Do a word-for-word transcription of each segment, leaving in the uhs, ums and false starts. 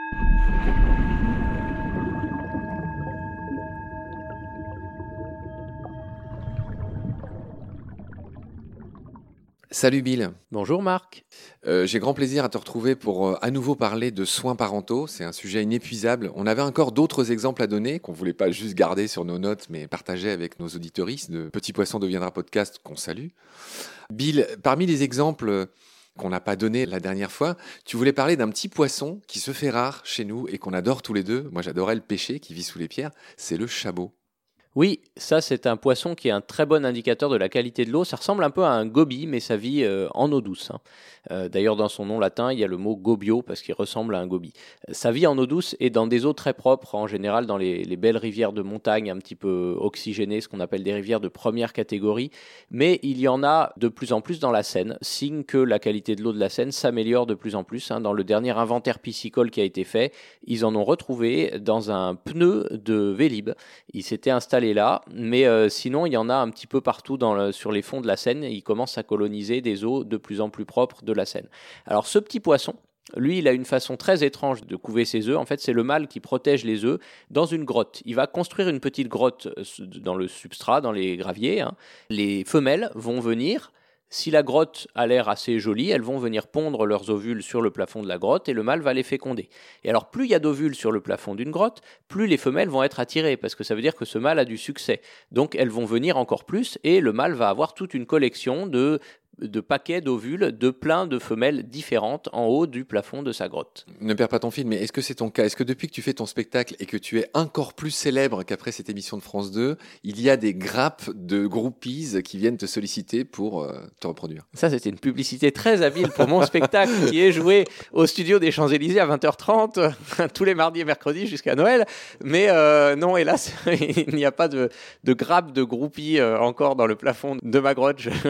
Salut Bill. Bonjour Marc. Euh, j'ai grand plaisir à te retrouver pour euh, à nouveau parler de soins parentaux. C'est un sujet inépuisable. On avait encore d'autres exemples à donner qu'on voulait pas juste garder sur nos notes, mais partager avec nos auditeuristes de Petit Poisson deviendra podcast qu'on salue. Bill, parmi les exemples qu'on n'a pas donnés la dernière fois, tu voulais parler d'un petit poisson qui se fait rare chez nous et qu'on adore tous les deux. Moi, j'adorais le pêcher, qui vit sous les pierres. C'est le chabot. Oui, ça c'est un poisson qui est un très bon indicateur de la qualité de l'eau. Ça ressemble un peu à un goby, mais ça vit euh, en eau douce. Hein. Euh, d'ailleurs, dans son nom latin, il y a le mot gobio parce qu'il ressemble à un goby. Ça vit en eau douce et dans des eaux très propres, en général dans les, les belles rivières de montagne un petit peu oxygénées, ce qu'on appelle des rivières de première catégorie. Mais il y en a de plus en plus dans la Seine, signe que la qualité de l'eau de la Seine s'améliore de plus en plus. Hein. Dans le dernier inventaire piscicole qui a été fait, ils en ont retrouvé dans un pneu de Vélib. Il s'était installé là, mais euh, sinon il y en a un petit peu partout dans le, sur les fonds de la Seine et il commence à coloniser des eaux de plus en plus propres de la Seine. Alors ce petit poisson, lui, il a une façon très étrange de couver ses œufs. En fait, c'est le mâle qui protège les œufs dans une grotte. Il va construire une petite grotte dans le substrat, dans les graviers. Hein. Les femelles vont venir. Si la grotte a l'air assez jolie, elles vont venir pondre leurs ovules sur le plafond de la grotte et le mâle va les féconder. Et alors, plus il y a d'ovules sur le plafond d'une grotte, plus les femelles vont être attirées, parce que ça veut dire que ce mâle a du succès. Donc, elles vont venir encore plus et le mâle va avoir toute une collection de de paquets d'ovules de plein de femelles différentes en haut du plafond de sa grotte. Ne perds pas ton fil, mais est-ce que c'est ton cas ? Est-ce que depuis que tu fais ton spectacle et que tu es encore plus célèbre qu'après cette émission de France deux, il y a des grappes de groupies qui viennent te solliciter pour euh, te reproduire ? Ça, c'était une publicité très habile pour mon spectacle qui est joué au studio des Champs-Élysées à vingt heures trente, tous les mardis et mercredis jusqu'à Noël. Mais euh, non, hélas, il n'y a pas de, de grappes de groupies euh, encore dans le plafond de ma grotte. Je...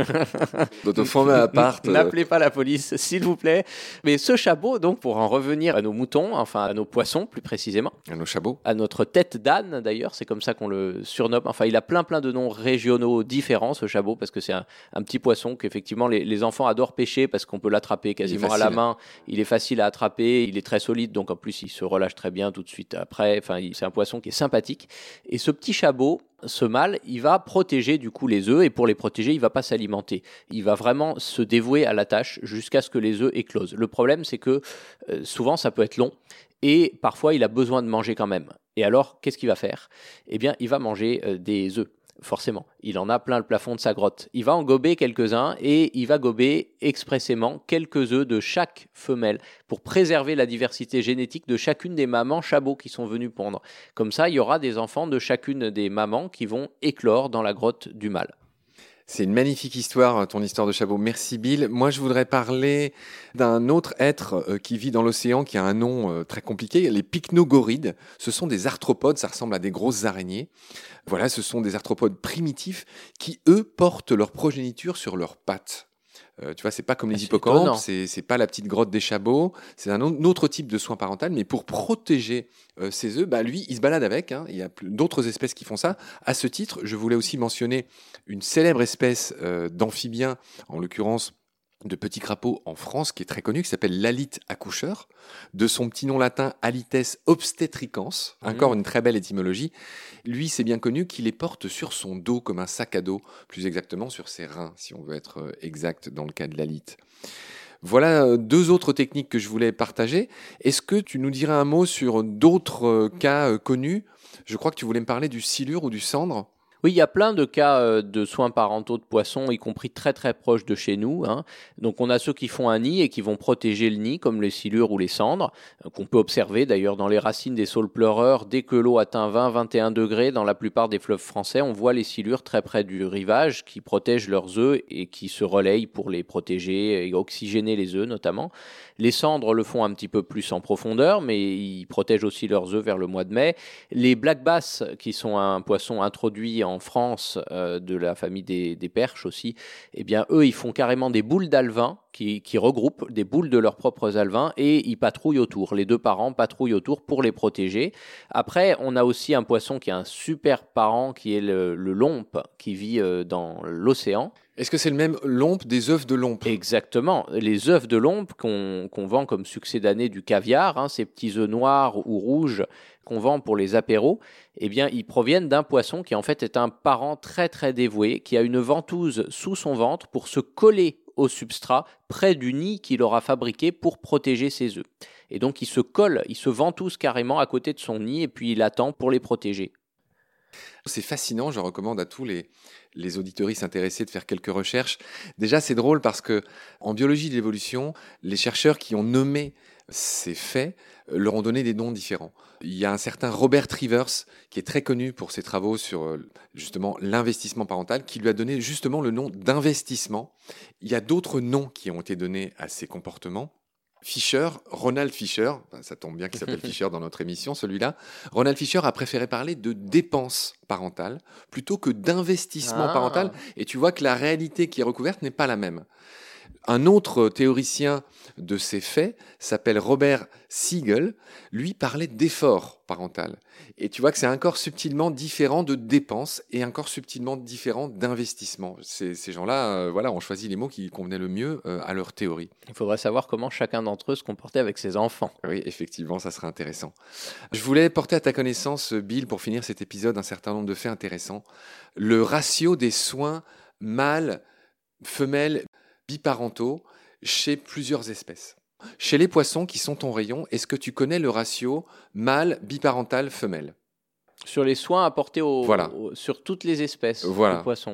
N'appelez pas la police, s'il vous plaît. Mais ce chabot, donc, pour en revenir à nos moutons, enfin à nos poissons plus précisément. À nos chabots. À notre tête d'âne d'ailleurs, c'est comme ça qu'on le surnomme. Enfin, il a plein plein de noms régionaux différents, ce chabot, parce que c'est un, un petit poisson qu'effectivement les, les enfants adorent pêcher parce qu'on peut l'attraper quasiment à la main. Il est facile à attraper, il est très solide, donc en plus il se relâche très bien tout de suite après. Enfin, il, c'est un poisson qui est sympathique. Et ce petit chabot, ce mâle, il va protéger du coup les œufs et pour les protéger, il va pas s'alimenter. Il va vraiment se dévouer à la tâche jusqu'à ce que les œufs éclosent. Le problème, c'est que euh, souvent, ça peut être long et parfois, il a besoin de manger quand même. Et alors, qu'est-ce qu'il va faire ? Eh bien, il va manger euh, des œufs. Forcément, il en a plein le plafond de sa grotte. Il va en gober quelques-uns et il va gober expressément quelques œufs de chaque femelle pour préserver la diversité génétique de chacune des mamans chabots qui sont venues pondre. Comme ça, il y aura des enfants de chacune des mamans qui vont éclore dans la grotte du mâle. C'est une magnifique histoire, ton histoire de chabot. Merci Bill. Moi, je voudrais parler d'un autre être euh, qui vit dans l'océan, qui a un nom euh, très compliqué, les pycnogorides. Ce sont des arthropodes, ça ressemble à des grosses araignées. Voilà, ce sont des arthropodes primitifs qui, eux, portent leur progéniture sur leurs pattes. Euh, tu vois, c'est pas comme les ah, hippocampes, c'est, c'est pas la petite grotte des chabots, c'est un autre type de soin parental, mais pour protéger euh, ses œufs, bah, lui, il se balade avec, hein, il y a d'autres espèces qui font ça. À ce titre, je voulais aussi mentionner une célèbre espèce euh, d'amphibiens, en l'occurrence de petits crapauds en France, qui est très connu, qui s'appelle l'Alite accoucheur, de son petit nom latin Alites obstetricans, mmh. Encore une très belle étymologie. Lui, c'est bien connu qu'il les porte sur son dos comme un sac à dos, plus exactement sur ses reins, si on veut être exact dans le cas de l'Alite. Voilà deux autres techniques que je voulais partager. Est-ce que tu nous dirais un mot sur d'autres cas connus ? Je crois que tu voulais me parler du silure ou du cendre. Oui, il y a plein de cas euh, de soins parentaux de poissons, y compris très très proches de chez nous. Hein. Donc on a ceux qui font un nid et qui vont protéger le nid, comme les silures ou les cendres, euh, qu'on peut observer d'ailleurs dans les racines des saules pleureurs. Dès que l'eau atteint vingt à vingt et un degrés dans la plupart des fleuves français, on voit les silures très près du rivage qui protègent leurs œufs et qui se relayent pour les protéger et oxygéner les œufs notamment. Les cendres le font un petit peu plus en profondeur, mais ils protègent aussi leurs œufs vers le mois de mai. Les black bass, qui sont un poisson introduit en France euh, de la famille des, des perches aussi, eh bien eux, ils font carrément des boules d'alevins qui, qui regroupent des boules de leurs propres alevins et ils patrouillent autour. Les deux parents patrouillent autour pour les protéger. Après, on a aussi un poisson qui est un super parent qui est le, le lompe qui vit euh, dans l'océan. Est-ce que c'est le même lompe des œufs de lompe? Exactement. Les œufs de lompe qu'on qu'on vend comme succès d'année du caviar, hein, ces petits œufs noirs ou rouges qu'on vend pour les apéros, eh bien, ils proviennent d'un poisson qui en fait est un parent très très dévoué, qui a une ventouse sous son ventre pour se coller au substrat près du nid qu'il aura fabriqué pour protéger ses œufs. Et donc il se colle, il se ventouse carrément à côté de son nid et puis il attend pour les protéger. C'est fascinant, je recommande à tous les, les auditeuristes intéressés de faire quelques recherches. Déjà, c'est drôle parce que en biologie de l'évolution, les chercheurs qui ont nommé ces faits leur ont donné des noms différents. Il y a un certain Robert Trivers qui est très connu pour ses travaux sur justement l'investissement parental, qui lui a donné justement le nom d'investissement. Il y a d'autres noms qui ont été donnés à ces comportements. Fisher, Ronald Fisher, ça tombe bien qu'il s'appelle Fisher dans notre émission, celui-là. Ronald Fisher a préféré parler de dépenses parentales plutôt que d'investissement Ah. parental. Et tu vois que la réalité qui est recouverte n'est pas la même. Un autre théoricien de ces faits s'appelle Robert Siegel. Lui parlait d'effort parental. Et tu vois que c'est encore subtilement différent de dépenses et encore subtilement différent d'investissement. Ces, ces gens-là, euh, voilà, ont choisi les mots qui convenaient le mieux euh, à leur théorie. Il faudrait savoir comment chacun d'entre eux se comportait avec ses enfants. Oui, effectivement, ça serait intéressant. Je voulais porter à ta connaissance, Bill, pour finir cet épisode, un certain nombre de faits intéressants. Le ratio des soins mâles, femelles, biparentaux chez plusieurs espèces. Chez les poissons qui sont ton rayon, est-ce que tu connais le ratio mâle, biparental, femelle? Sur les soins apportés aux, Voilà. aux- sur toutes les espèces Voilà. de poissons.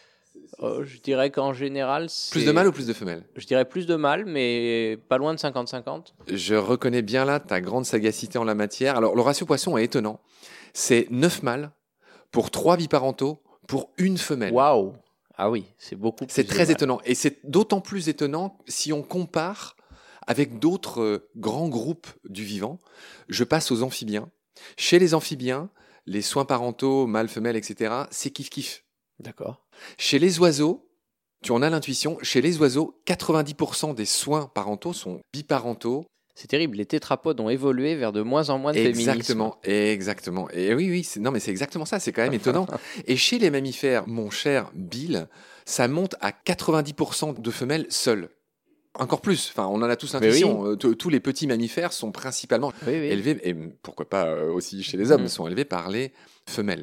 Euh, je dirais qu'en général, c'est... Plus de mâles ou plus de femelles? Je dirais plus de mâles, mais pas loin de cinquante cinquante. Je reconnais bien là ta grande sagacité en la matière. Alors, le ratio poisson est étonnant. C'est neuf mâles pour trois biparentaux pour une femelle. Waouh! Ah oui, c'est beaucoup plus C'est de très mâles. étonnant. Et c'est d'autant plus étonnant si on compare avec d'autres euh, grands groupes du vivant. Je passe aux amphibiens. Chez les amphibiens, les soins parentaux, mâles, femelles, et cetera, c'est kiff-kiff. D'accord. Chez les oiseaux, tu en as l'intuition, chez les oiseaux, quatre-vingt-dix pour cent des soins parentaux sont biparentaux. C'est terrible, les tétrapodes ont évolué vers de moins en moins de féminisme. Exactement, exactement. Et oui, oui, c'est- non, mais c'est exactement ça, c'est quand même étonnant. Et chez les mammifères, mon cher Bill, ça monte à quatre-vingt-dix pour cent de femelles seules. Encore plus, enfin, on en a tous Mais l'intuition. Euh, t- Tous les petits mammifères sont principalement Oui, oui. élevés, et pourquoi pas euh, aussi chez les hommes, Mhm. sont élevés par les femelles.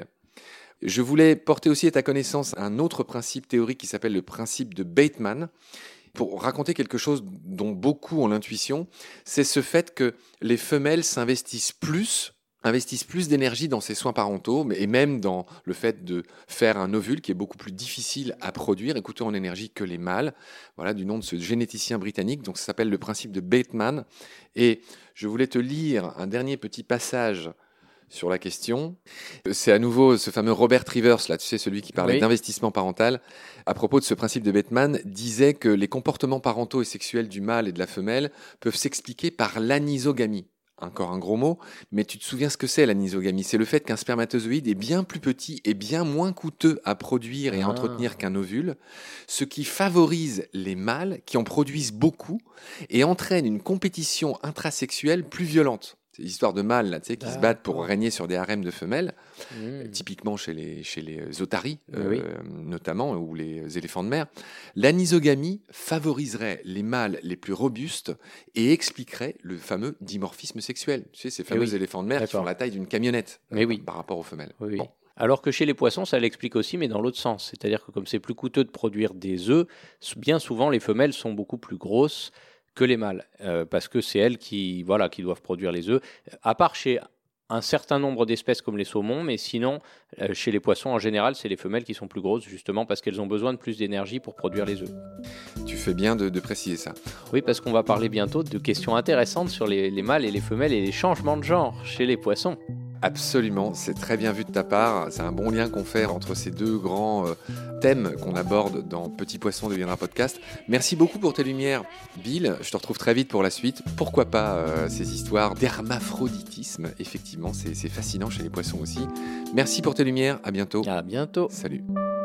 Je voulais porter aussi à ta connaissance un autre principe théorique qui s'appelle le principe de Bateman, pour raconter quelque chose dont beaucoup ont l'intuition, c'est ce fait que les femelles s'investissent plus, investissent plus d'énergie dans ces soins parentaux, mais- et même dans le fait de faire un ovule qui est beaucoup plus difficile à produire et coûteux en énergie que les mâles. Voilà, du nom de ce généticien britannique. Donc ça s'appelle le principe de Bateman. Et je voulais te lire un dernier petit passage sur la question. C'est à nouveau ce fameux Robert Trivers, là, tu sais, celui qui parlait Oui. d'investissement parental, à propos de ce principe de Bateman, disait que les comportements parentaux et sexuels du mâle et de la femelle peuvent s'expliquer par l'anisogamie. Encore un gros mot, mais tu te souviens ce que c'est l'anisogamie? C'est le fait qu'un spermatozoïde est bien plus petit et bien moins coûteux à produire et à Ah. entretenir qu'un ovule, ce qui favorise les mâles qui en produisent beaucoup et entraîne une compétition intrasexuelle plus violente. C'est l'histoire de mâles là, tu sais, qui se battent pour D'accord. régner sur des harems de femelles, Mmh. typiquement chez les, chez les otaries, Oui. euh, notamment, ou les éléphants de mer. L'anisogamie favoriserait les mâles les plus robustes et expliquerait le fameux dimorphisme sexuel. Tu sais, ces fameux oui. éléphants de mer qui D'accord. font la taille d'une camionnette Mais euh, oui. par rapport aux femelles. Oui, oui. Bon. Alors que chez les poissons, ça l'explique aussi, mais dans l'autre sens. C'est-à-dire que comme c'est plus coûteux de produire des œufs, bien souvent les femelles sont beaucoup plus grosses que les mâles, euh, parce que c'est elles qui, voilà, qui doivent produire les œufs. À part chez un certain nombre d'espèces comme les saumons, mais sinon, euh, chez les poissons en général, c'est les femelles qui sont plus grosses, justement parce qu'elles ont besoin de plus d'énergie pour produire les œufs. Tu fais bien de, de préciser ça. Oui, parce qu'on va parler bientôt de questions intéressantes sur les, les mâles et les femelles et les changements de genre chez les poissons. Absolument, c'est très bien vu de ta part. C'est un bon lien qu'on fait entre ces deux grands euh, thèmes qu'on aborde dans Petit Poisson deviendra podcast. Merci beaucoup pour tes lumières, Bill. Je te retrouve très vite pour la suite. Pourquoi pas euh, ces histoires d'hermaphroditisme? Effectivement, c'est c'est fascinant chez les poissons aussi. Merci pour tes lumières. À bientôt. À bientôt. Salut.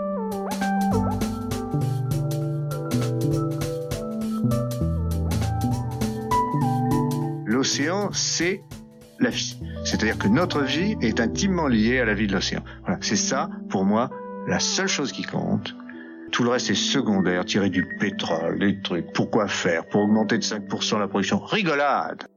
L'océan, c'est la vie. C'est-à-dire que notre vie est intimement liée à la vie de l'océan. Voilà, c'est ça, pour moi, la seule chose qui compte. Tout le reste est secondaire, tirer du pétrole, des trucs. Pourquoi faire? Pour augmenter de cinq pour cent la production? Rigolade!